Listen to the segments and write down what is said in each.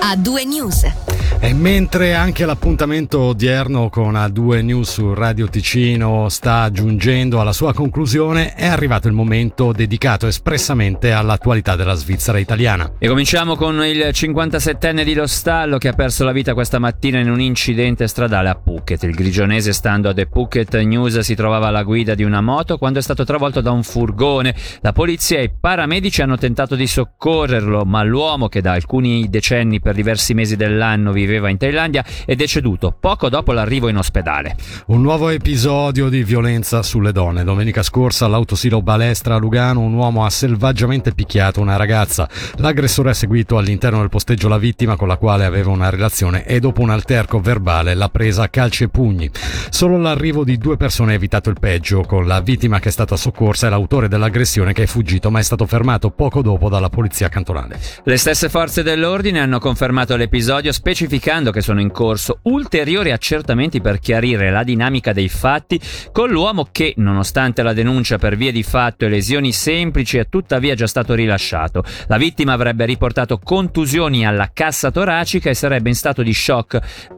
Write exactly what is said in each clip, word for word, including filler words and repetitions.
A due News. E mentre anche l'appuntamento odierno con A due News su Radio Ticino sta giungendo alla sua conclusione, è arrivato il momento dedicato espressamente all'attualità della Svizzera italiana. E cominciamo con il cinquantasettenne di Lo Stallo che ha perso la vita questa mattina in un incidente stradale a Phuket. Il grigionese, stando a The Phuket News, si trovava alla guida di una moto quando è stato travolto da un furgone. La polizia e i paramedici hanno tentato di soccorrerlo, ma l'uomo, che da alcuni decenni per diversi mesi dell'anno viveva in Thailandia, è deceduto poco dopo l'arrivo in ospedale. Un nuovo episodio di violenza sulle donne. Domenica scorsa all'autosilo Balestra a Lugano un uomo ha selvaggiamente picchiato una ragazza. L'aggressore ha seguito all'interno del posteggio la vittima con la quale aveva una relazione e dopo un alterco verbale l'ha presa a calci e pugni. Solo l'arrivo di due persone ha evitato il peggio, con la vittima che è stata soccorsa e l'autore dell'aggressione che è fuggito ma è stato fermato poco dopo dalla polizia cantonale. Le stesse forze dell'ordine hanno confermato l'episodio, specificando che sono in corso ulteriori accertamenti per chiarire la dinamica dei fatti, con l'uomo che, nonostante la denuncia per vie di fatto e lesioni semplici, è tuttavia già stato rilasciato. La vittima avrebbe riportato contusioni alla cassa toracica e sarebbe in stato di shock.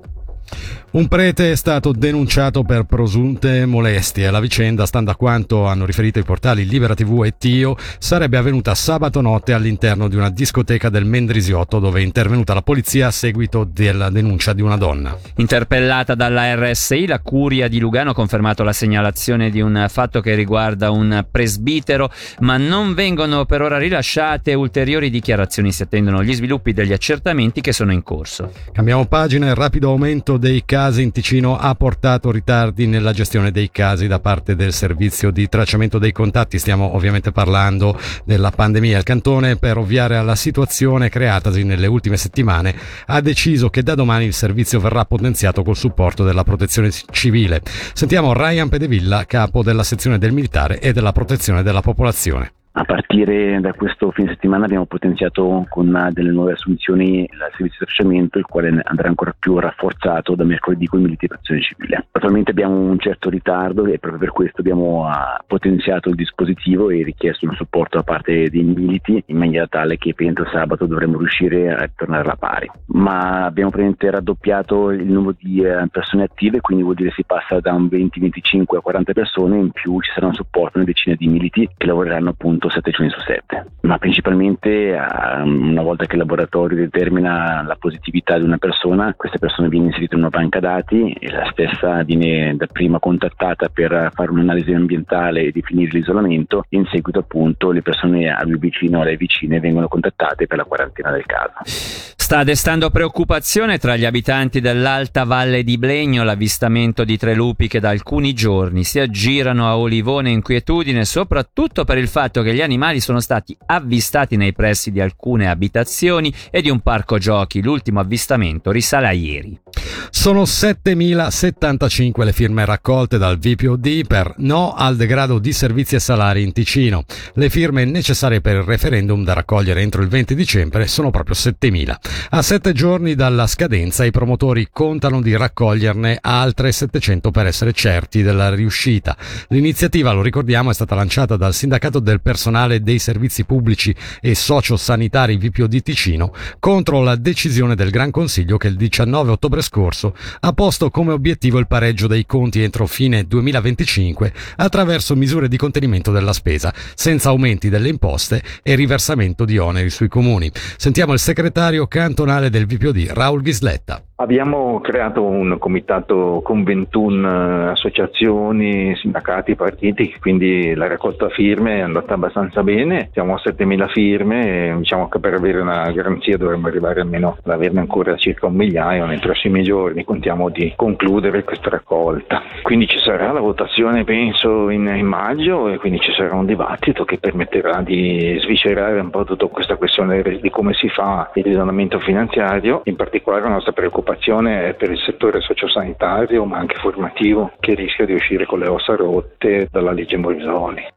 Un prete è stato denunciato per presunte molestie. La vicenda, stando a quanto hanno riferito i portali Libera tivù e Tio, sarebbe avvenuta sabato notte all'interno di una discoteca del Mendrisiotto, dove è intervenuta la polizia a seguito della denuncia di una donna. Interpellata dalla R S I, la Curia di Lugano ha confermato la segnalazione di un fatto che riguarda un presbitero, ma non vengono per ora rilasciate ulteriori dichiarazioni. Si attendono gli sviluppi degli accertamenti che sono in corso. Cambiamo pagina. Il rapido aumento dei casi in Ticino ha portato ritardi nella gestione dei casi da parte del servizio di tracciamento dei contatti. Stiamo ovviamente parlando della pandemia. Il cantone, per ovviare alla situazione creatasi nelle ultime settimane, ha deciso che da domani il servizio verrà potenziato col supporto della protezione civile. Sentiamo Ryan Pedevilla, capo della sezione del militare e della protezione della popolazione. A partire da questo fine settimana abbiamo potenziato con delle nuove assunzioni il servizio di tracciamento, il quale andrà ancora più rafforzato da mercoledì con i militi di protezione civile. Attualmente abbiamo un certo ritardo e proprio per questo abbiamo potenziato il dispositivo e richiesto un supporto da parte dei militi in maniera tale che entro sabato dovremmo riuscire a tornare alla pari. Ma abbiamo praticamente raddoppiato il numero di persone attive, quindi vuol dire si passa da un venti venticinque a quaranta persone, in più ci sarà un supporto una decina di militi che lavoreranno appunto sette giorni su sette, ma principalmente una volta che il laboratorio determina la positività di una persona, questa persona viene inserita in una banca dati e la stessa viene dapprima contattata per fare un'analisi ambientale e definire l'isolamento, e in seguito appunto le persone a lui vicino o alle vicine vengono contattate per la quarantena del caso. Sta destando preoccupazione tra gli abitanti dell'Alta Valle di Blegno l'avvistamento di tre lupi che da alcuni giorni si aggirano a Olivone, inquietudine soprattutto per il fatto che gli animali sono stati avvistati nei pressi di alcune abitazioni e di un parco giochi. L'ultimo avvistamento risale a ieri. Sono settemilasettantacinque le firme raccolte dal V P O D per no al degrado di servizi e salari in Ticino. Le firme necessarie per il referendum da raccogliere entro il venti dicembre sono proprio settemila. A sette giorni dalla scadenza i promotori contano di raccoglierne altre settecento per essere certi della riuscita. L'iniziativa, lo ricordiamo, è stata lanciata dal sindacato del personale dei servizi pubblici e sociosanitari V P O D Ticino contro la decisione del Gran Consiglio che il diciannove ottobre scorso ha posto come obiettivo il pareggio dei conti entro fine duemilaventicinque attraverso misure di contenimento della spesa, senza aumenti delle imposte e riversamento di oneri sui comuni. Sentiamo il segretario cantonale del V P O D, Raul Ghisletta. Abbiamo creato un comitato con ventuno associazioni, sindacati, partiti, quindi la raccolta firme è andata abbastanza bene. Siamo a settemila firme e diciamo che per avere una garanzia dovremmo arrivare almeno ad averne ancora circa un migliaio nei prossimi giorni. Contiamo di concludere questa raccolta. Quindi ci sarà la votazione penso in, in maggio e quindi ci sarà un dibattito che permetterà di sviscerare un po' tutta questa questione di come si fa il risanamento finanziario. In particolare la nostra preoccupazione è per il settore sociosanitario ma anche formativo, che rischia di uscire con le ossa rotte dalla legge Morisoli.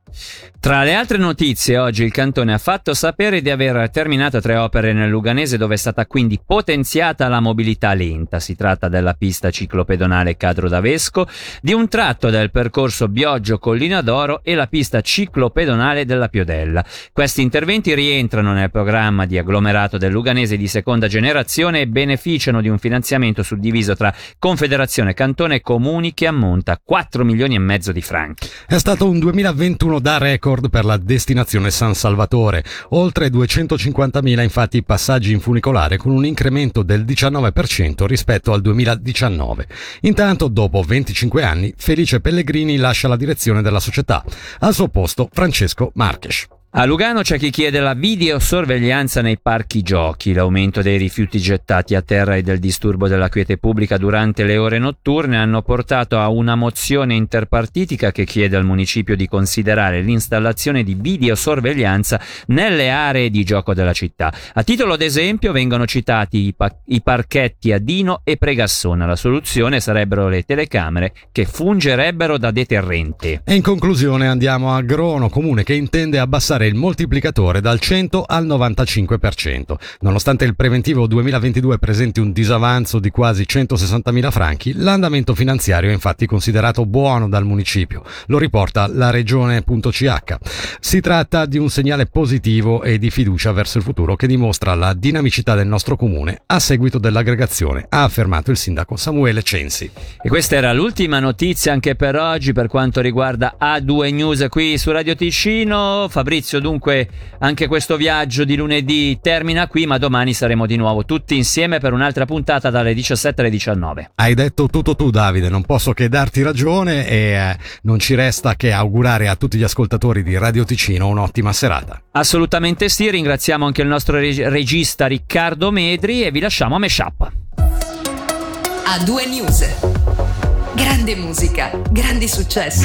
Tra le altre notizie, oggi il Cantone ha fatto sapere di aver terminato tre opere nel Luganese, dove è stata quindi potenziata la mobilità lenta. Si tratta della pista ciclopedonale Cadro d'Avesco, di un tratto del percorso Bioggio-Collina d'Oro e la pista ciclopedonale della Piodella. Questi interventi rientrano nel programma di agglomerato del Luganese di seconda generazione e beneficiano di un finanziamento suddiviso tra Confederazione, Cantone e Comuni che ammonta a quattro milioni e mezzo di franchi. È stato un duemilaventuno da record per la destinazione San Salvatore, oltre duecentocinquantamila infatti passaggi in funicolare, con un incremento del diciannove per cento rispetto al duemiladiciannove. Intanto, dopo venticinque anni, Felice Pellegrini lascia la direzione della società. Al suo posto Francesco Marques. A Lugano c'è chi chiede la videosorveglianza nei parchi giochi. L'aumento dei rifiuti gettati a terra e del disturbo della quiete pubblica durante le ore notturne hanno portato a una mozione interpartitica che chiede al municipio di considerare l'installazione di videosorveglianza nelle aree di gioco della città. A titolo d'esempio vengono citati i, pa- i parchetti a Dino e Pregassona. La soluzione sarebbero le telecamere che fungerebbero da deterrente. E in conclusione andiamo a Grono, comune che intende abbassare il moltiplicatore dal cento al novantacinque per cento. Nonostante il preventivo duemilaventidue presenti un disavanzo di quasi centosessantamila franchi, l'andamento finanziario è infatti considerato buono dal municipio. Lo riporta la regione.ch. Si tratta di un segnale positivo e di fiducia verso il futuro che dimostra la dinamicità del nostro comune a seguito dell'aggregazione, ha affermato il sindaco Samuele Censi. E questa era l'ultima notizia anche per oggi per quanto riguarda A due News qui su Radio Ticino. Fabrizio, dunque anche questo viaggio di lunedì termina qui, ma domani saremo di nuovo tutti insieme per un'altra puntata dalle diciassette alle diciannove. Hai detto tutto tu, Davide, non posso che darti ragione e eh, non ci resta che augurare a tutti gli ascoltatori di Radio Ticino un'ottima serata. Assolutamente sì, ringraziamo anche il nostro reg- regista Riccardo Medri e vi lasciamo a Meshup. A due News. Grande musica, grandi successi.